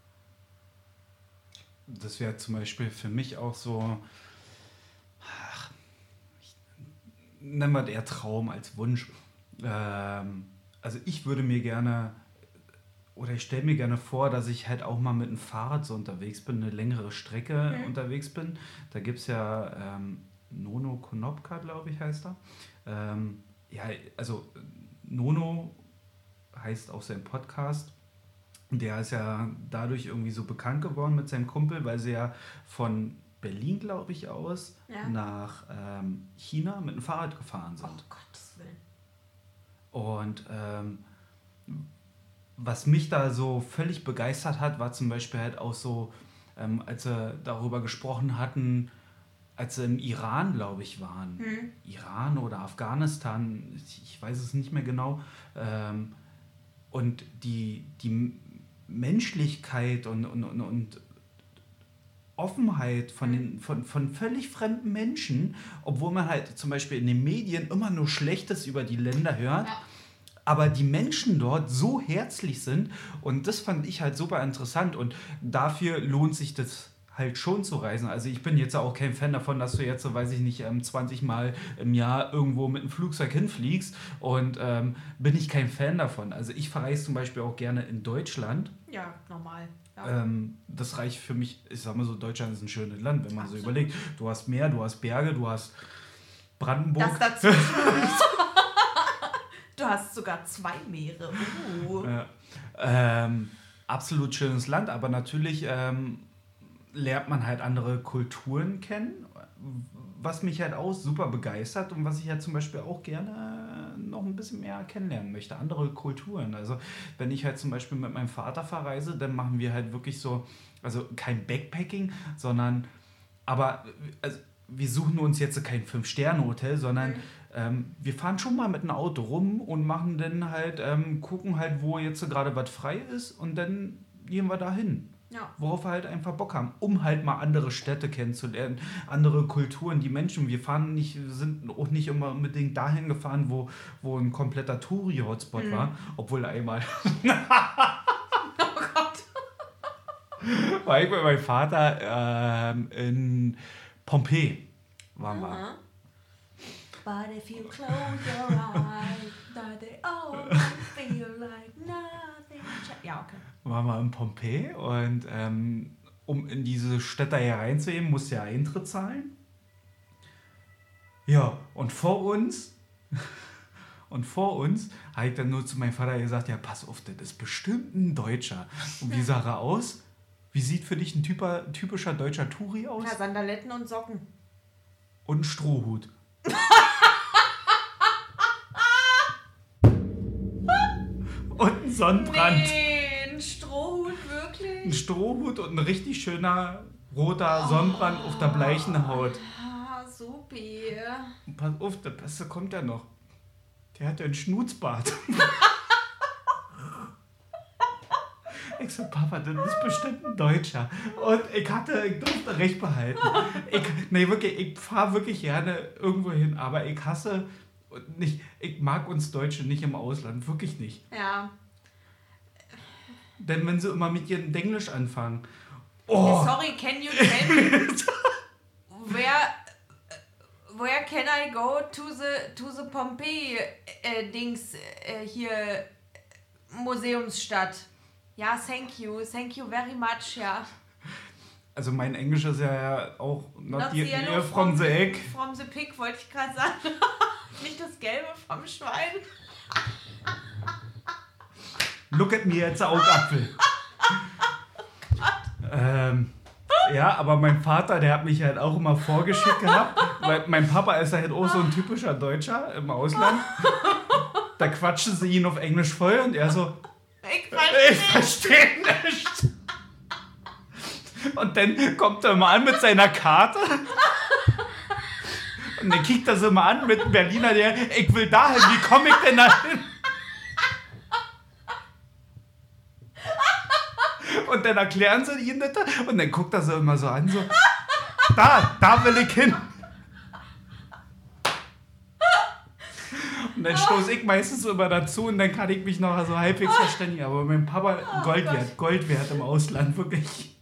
Das wäre zum Beispiel für mich auch so, nennen wir es eher Traum als Wunsch. Also ich würde mir gerne, oder ich stelle mir gerne vor, dass ich halt auch mal mit dem Fahrrad so unterwegs bin, eine längere Strecke unterwegs bin. Da gibt es ja Nono Konopka, glaube ich, heißt er. Ja, also Nono heißt auch sein Podcast. Der ist ja dadurch irgendwie so bekannt geworden mit seinem Kumpel, weil sie ja von Berlin, glaube ich, aus nach China mit dem Fahrrad gefahren sind. Oh, Gottes Willen. Und was mich da so völlig begeistert hat, war zum Beispiel halt auch so, als sie darüber gesprochen hatten, als sie im Iran, glaube ich, waren. Iran oder Afghanistan, ich weiß es nicht mehr genau. Und die Menschlichkeit und Offenheit von völlig fremden Menschen, obwohl man halt zum Beispiel in den Medien immer nur Schlechtes über die Länder hört, aber die Menschen dort so herzlich sind, und das fand ich halt super interessant, und dafür lohnt sich das halt schon zu reisen. Also ich bin jetzt auch kein Fan davon, dass du jetzt, weiß ich nicht, 20 Mal im Jahr irgendwo mit einem Flugzeug hinfliegst, und bin ich kein Fan davon. Also ich verreise zum Beispiel auch gerne in Deutschland. Ja, normal. Ja. Das reicht für mich, ich sag mal so, Deutschland ist ein schönes Land, wenn man so überlegt. Du hast Meer, du hast Berge, du hast Brandenburg. Das dazu. Du hast sogar 2 Meere. Ja. Absolut schönes Land, aber natürlich lernt man halt andere Kulturen kennen, was mich halt auch super begeistert und was ich halt zum Beispiel auch gerne noch ein bisschen mehr kennenlernen möchte, andere Kulturen. Also wenn ich halt zum Beispiel mit meinem Vater verreise, dann machen wir halt wirklich so, also kein Backpacking, sondern, aber also wir suchen uns jetzt kein 5-Sterne-Hotel, sondern wir fahren schon mal mit einem Auto rum und machen dann halt, gucken halt, wo jetzt gerade was frei ist, und dann gehen wir dahin. Ja. Worauf wir halt einfach Bock haben, um halt mal andere Städte kennenzulernen, andere Kulturen, die Menschen. Wir sind auch nicht immer unbedingt dahin gefahren, wo ein kompletter Touri-Hotspot war, obwohl einmal Oh Gott. war ich mit meinem Vater in Pompeji waren wir. But if you close your eyes, they all feel like nothing. Ja, okay. Waren wir in Pompeji, und um in diese Städte hier reinzuheben, musst du ja Eintritt zahlen. Ja, und vor uns habe ich dann nur zu meinem Vater gesagt, ja, pass auf, das ist bestimmt ein Deutscher. Und wie sah er aus? Wie sieht für dich ein typischer deutscher Touri aus? Ja, Sandaletten und Socken. Und ein Strohhut. Und ein Sonnenbrand. Nee, ein Strohhut, wirklich? Ein Strohhut und ein richtig schöner roter Sonnenbrand auf der bleichen Haut. Ah, supi. Und pass auf, der Beste kommt ja noch. Der hat ja einen Schnutzbart. Ich so, Papa, das ist bestimmt ein Deutscher. Und ich durfte recht behalten. Ich fahre wirklich gerne irgendwo hin, aber ich hasse nicht, ich mag uns Deutsche nicht im Ausland, wirklich nicht. Ja. Denn wenn sie immer mit ihrem Englisch anfangen. Oh. Sorry, can you tell me where can I go to the Pompeii Dings hier Museumsstadt? Ja, thank you very much, ja. Also mein Englisch ist ja auch not the yellow from the egg. From the pig, wollte ich gerade sagen. Nicht das Gelbe vom Schwein. Look at me, jetzt Augapfel. Ja, aber mein Vater, der hat mich halt auch immer vorgeschickt gehabt, weil mein Papa ist halt auch so ein typischer Deutscher im Ausland. Da quatschen sie ihn auf Englisch voll und er so, ich verstehe nicht. Und dann kommt er mal an mit seiner Karte. Und dann kickt er so mal an mit einem Berliner, der, ich will dahin, wie komme ich denn da hin? Und dann erklären sie ihm das und dann guckt er so immer so an, so, da will ich hin. Und dann stoße ich meistens so immer dazu und dann kann ich mich noch so halbwegs verständigen. Aber mein Papa, Gold wert im Ausland, wirklich.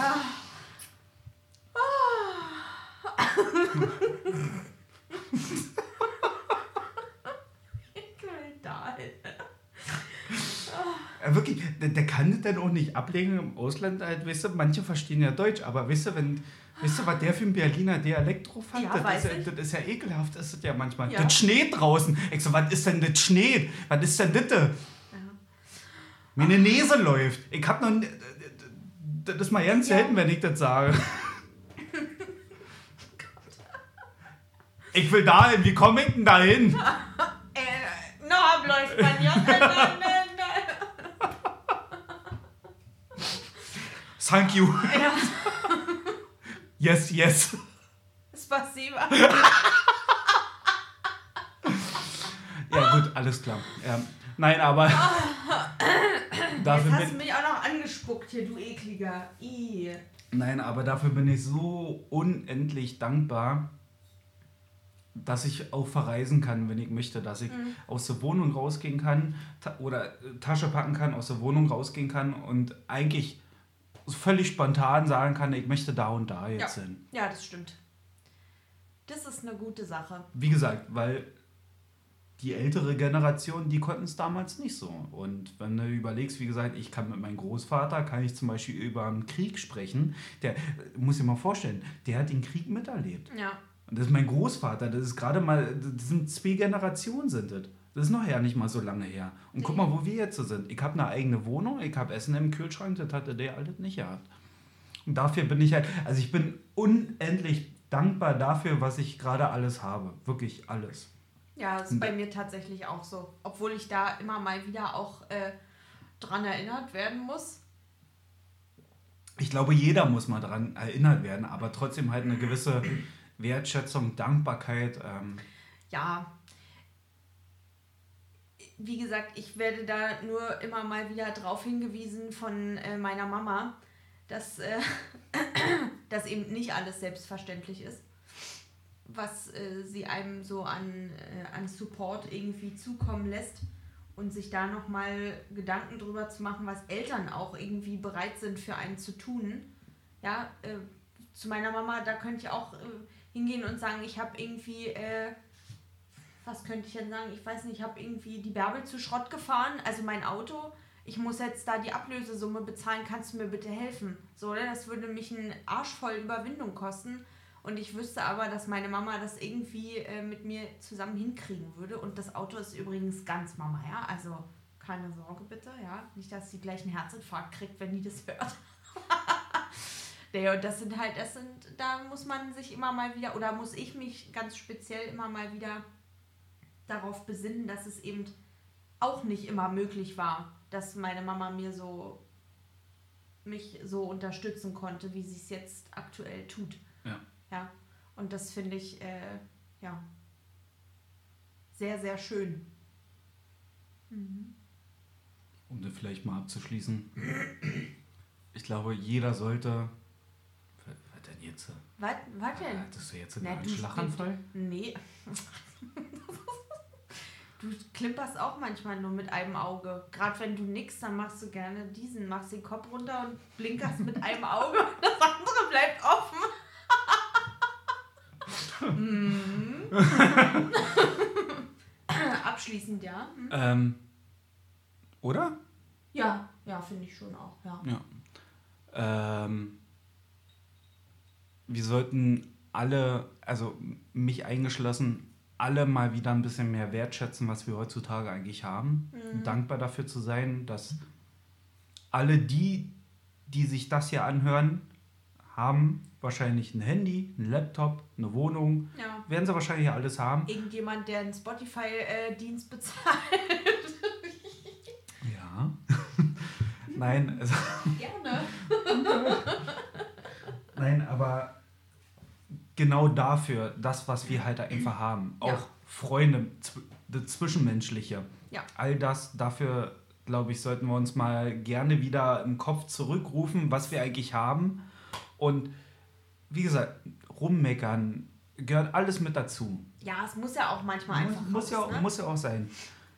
Ja, wirklich, der kann das dann auch nicht ablegen im Ausland. Halt, weißt du, manche verstehen ja Deutsch, aber weißt du, was der für ein Berliner Dialekt drauf hat? Ja, das ist ja ekelhaft, ist das ja manchmal. Ja. Das schneit draußen. Ich so, was ist denn das schneit? Was ist denn das? Ja. Meine Nase läuft. Ich hab noch... Das ist mal ganz selten, wenn ich das sage. Ich will dahin, wie komme ich denn dahin? No, hablo español. Thank you. Ja. Yes. Spasiba. Ja gut, alles klar. Nein, aber... Jetzt hast du mich auch noch angespuckt hier, du ekliger. Nein, aber dafür bin ich so unendlich dankbar, dass ich auch verreisen kann, wenn ich möchte, dass ich aus der Wohnung rausgehen kann oder Tasche packen kann, aus der Wohnung rausgehen kann und eigentlich völlig spontan sagen kann, ich möchte da und da jetzt hin. Ja, das stimmt. Das ist eine gute Sache. Wie gesagt, weil die ältere Generation, die konnten es damals nicht so. Und wenn du überlegst, wie gesagt, ich kann mit meinem Großvater, kann ich zum Beispiel über einen Krieg sprechen, der, muss dir mal vorstellen, der hat den Krieg miterlebt. Ja. Und das ist mein Großvater, das ist gerade mal, das sind 2 Generationen sind das. Das ist noch ja nicht mal so lange her. Und guck mal, wo wir jetzt so sind. Ich habe eine eigene Wohnung, ich habe Essen im Kühlschrank, das hatte der alles nicht gehabt. Und dafür bin ich halt, also ich bin unendlich dankbar dafür, was ich gerade alles habe. Wirklich alles. Ja, das ist bei mir tatsächlich auch so. Obwohl ich da immer mal wieder auch dran erinnert werden muss. Ich glaube, jeder muss mal daran erinnert werden, aber trotzdem halt eine gewisse Wertschätzung, Dankbarkeit. Ja. Wie gesagt, ich werde da nur immer mal wieder drauf hingewiesen von meiner Mama, dass das eben nicht alles selbstverständlich ist, was sie einem so an Support irgendwie zukommen lässt und sich da nochmal Gedanken drüber zu machen, was Eltern auch irgendwie bereit sind für einen zu tun. Ja, zu meiner Mama, da könnte ich auch hingehen und sagen, ich habe irgendwie, was könnte ich denn sagen, ich weiß nicht, ich habe irgendwie die Bärbel zu Schrott gefahren, also mein Auto, ich muss jetzt da die Ablösesumme bezahlen, kannst du mir bitte helfen? So, oder? Das würde mich einen Arsch voll Überwindung kosten. Und ich wüsste aber, dass meine Mama das irgendwie mit mir zusammen hinkriegen würde. Und das Auto ist übrigens ganz Mama, ja. Also keine Sorge bitte, ja. Nicht, dass sie gleich einen Herzinfarkt kriegt, wenn die das hört. Nee, und da muss man sich immer mal wieder, oder muss ich mich ganz speziell immer mal wieder darauf besinnen, dass es eben auch nicht immer möglich war, dass meine Mama mich so unterstützen konnte, wie sie es jetzt aktuell tut. Ja, und das finde ich sehr, sehr schön. Um das vielleicht mal abzuschließen. Ich glaube, jeder sollte... Was denn jetzt? Was denn? Hattest du jetzt einen Schlaganfall? Nee. Du klimperst auch manchmal nur mit einem Auge. Gerade wenn du nix, dann machst du gerne machst den Kopf runter und blinkerst mit einem Auge und das andere bleibt offen. Abschließend, ja. Oder? Ja, finde ich schon auch, ja. Wir sollten alle, also mich eingeschlossen, alle mal wieder ein bisschen mehr wertschätzen, was wir heutzutage eigentlich haben. Dankbar dafür zu sein, dass alle die sich das hier anhören, haben wahrscheinlich ein Handy, ein Laptop, eine Wohnung. Ja. Werden sie wahrscheinlich alles haben. Irgendjemand, der einen Spotify-Dienst bezahlt. Ja. Nein, also, Gerne. nein, aber genau dafür, das, was wir halt einfach haben, auch Ja. Freunde, das Zwischenmenschliche, Ja. all das, dafür, glaube ich, sollten wir uns mal gerne wieder im Kopf zurückrufen, was wir eigentlich haben. Und wie gesagt, rummeckern gehört alles mit dazu. Ja, es muss ja auch manchmal einfach Muss ja, raus, ne? muss ja auch sein.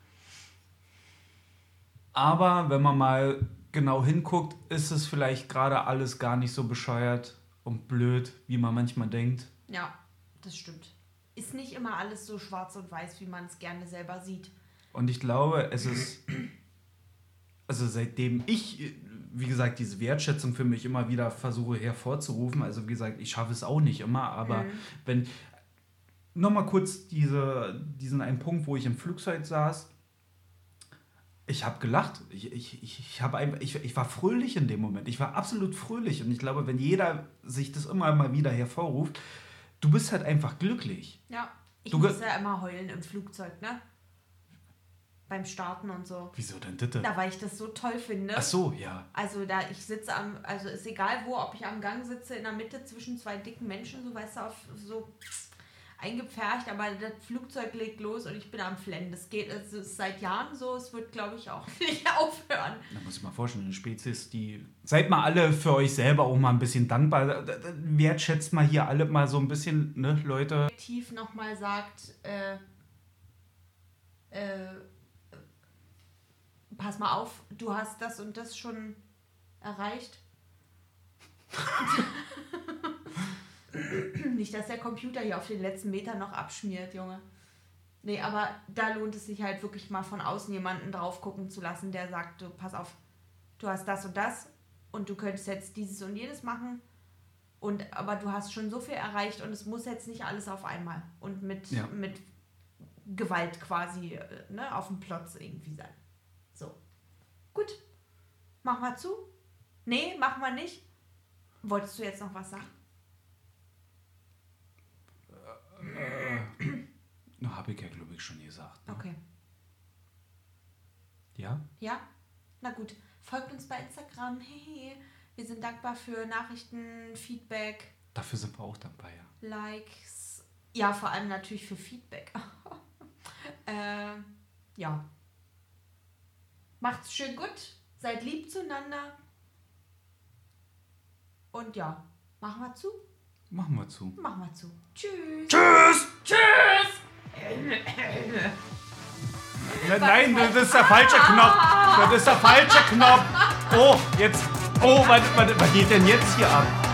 Aber wenn man mal genau hinguckt, ist es vielleicht gerade alles gar nicht so bescheuert und blöd, wie man manchmal denkt. Ja, das stimmt. Ist nicht immer alles so schwarz und weiß, wie man es gerne selber sieht. Und ich glaube, es ist, also seitdem ich, wie gesagt, diese Wertschätzung für mich immer wieder versuche hervorzurufen, also wie gesagt, ich schaffe es auch nicht immer, aber wenn, nochmal kurz diesen einen Punkt, wo ich im Flugzeug saß, ich habe gelacht, ich war fröhlich in dem Moment, ich war absolut fröhlich und ich glaube, wenn jeder sich das immer mal wieder hervorruft, du bist halt einfach glücklich. Ja, ich Du muss ja immer heulen im Flugzeug, ne? Beim Starten und so. Wieso denn bitte? Da, weil ich das so toll finde. Ach so, ja. Also da ich sitze also ist egal wo, ob ich am Gang sitze, in der Mitte zwischen zwei dicken Menschen, so weißt du, so eingepfercht, aber das Flugzeug legt los und ich bin am Flennen. Das geht, es ist seit Jahren so, es wird, glaube ich, auch nicht aufhören. Da muss ich mal vorstellen, eine Spezies, die... Seid mal alle für euch selber auch mal ein bisschen dankbar. Wertschätzt mal hier alle mal so ein bisschen, ne, Leute. Tief nochmal sagt, pass mal auf, du hast das und das schon erreicht. Nicht, dass der Computer hier auf den letzten Meter noch abschmiert, Junge. Nee, aber da lohnt es sich halt wirklich mal von außen jemanden drauf gucken zu lassen, der sagt, du, pass auf, du hast das und du könntest jetzt dieses und jenes machen, aber du hast schon so viel erreicht und es muss jetzt nicht alles auf einmal und mit Gewalt quasi ne, auf dem Plotz irgendwie sein. So. Gut. Mach mal zu. Nee, mach mal nicht. Wolltest du jetzt noch was sagen? Habe ich ja, glaube ich, schon gesagt. Ne? Okay. Ja? Ja? Na gut. Folgt uns bei Instagram. Hey, wir sind dankbar für Nachrichten, Feedback. Dafür sind wir auch dabei, ja. Likes. Ja, vor allem natürlich für Feedback. Ja. Macht's schön gut. Seid lieb zueinander. Und ja, machen wir zu. Machen wir zu. Machen wir zu. Tschüss. Tschüss! Tschüss! Nein, das ist der falsche Knopf. Das ist der falsche Knopf. Oh, jetzt. Oh, was geht denn jetzt hier ab?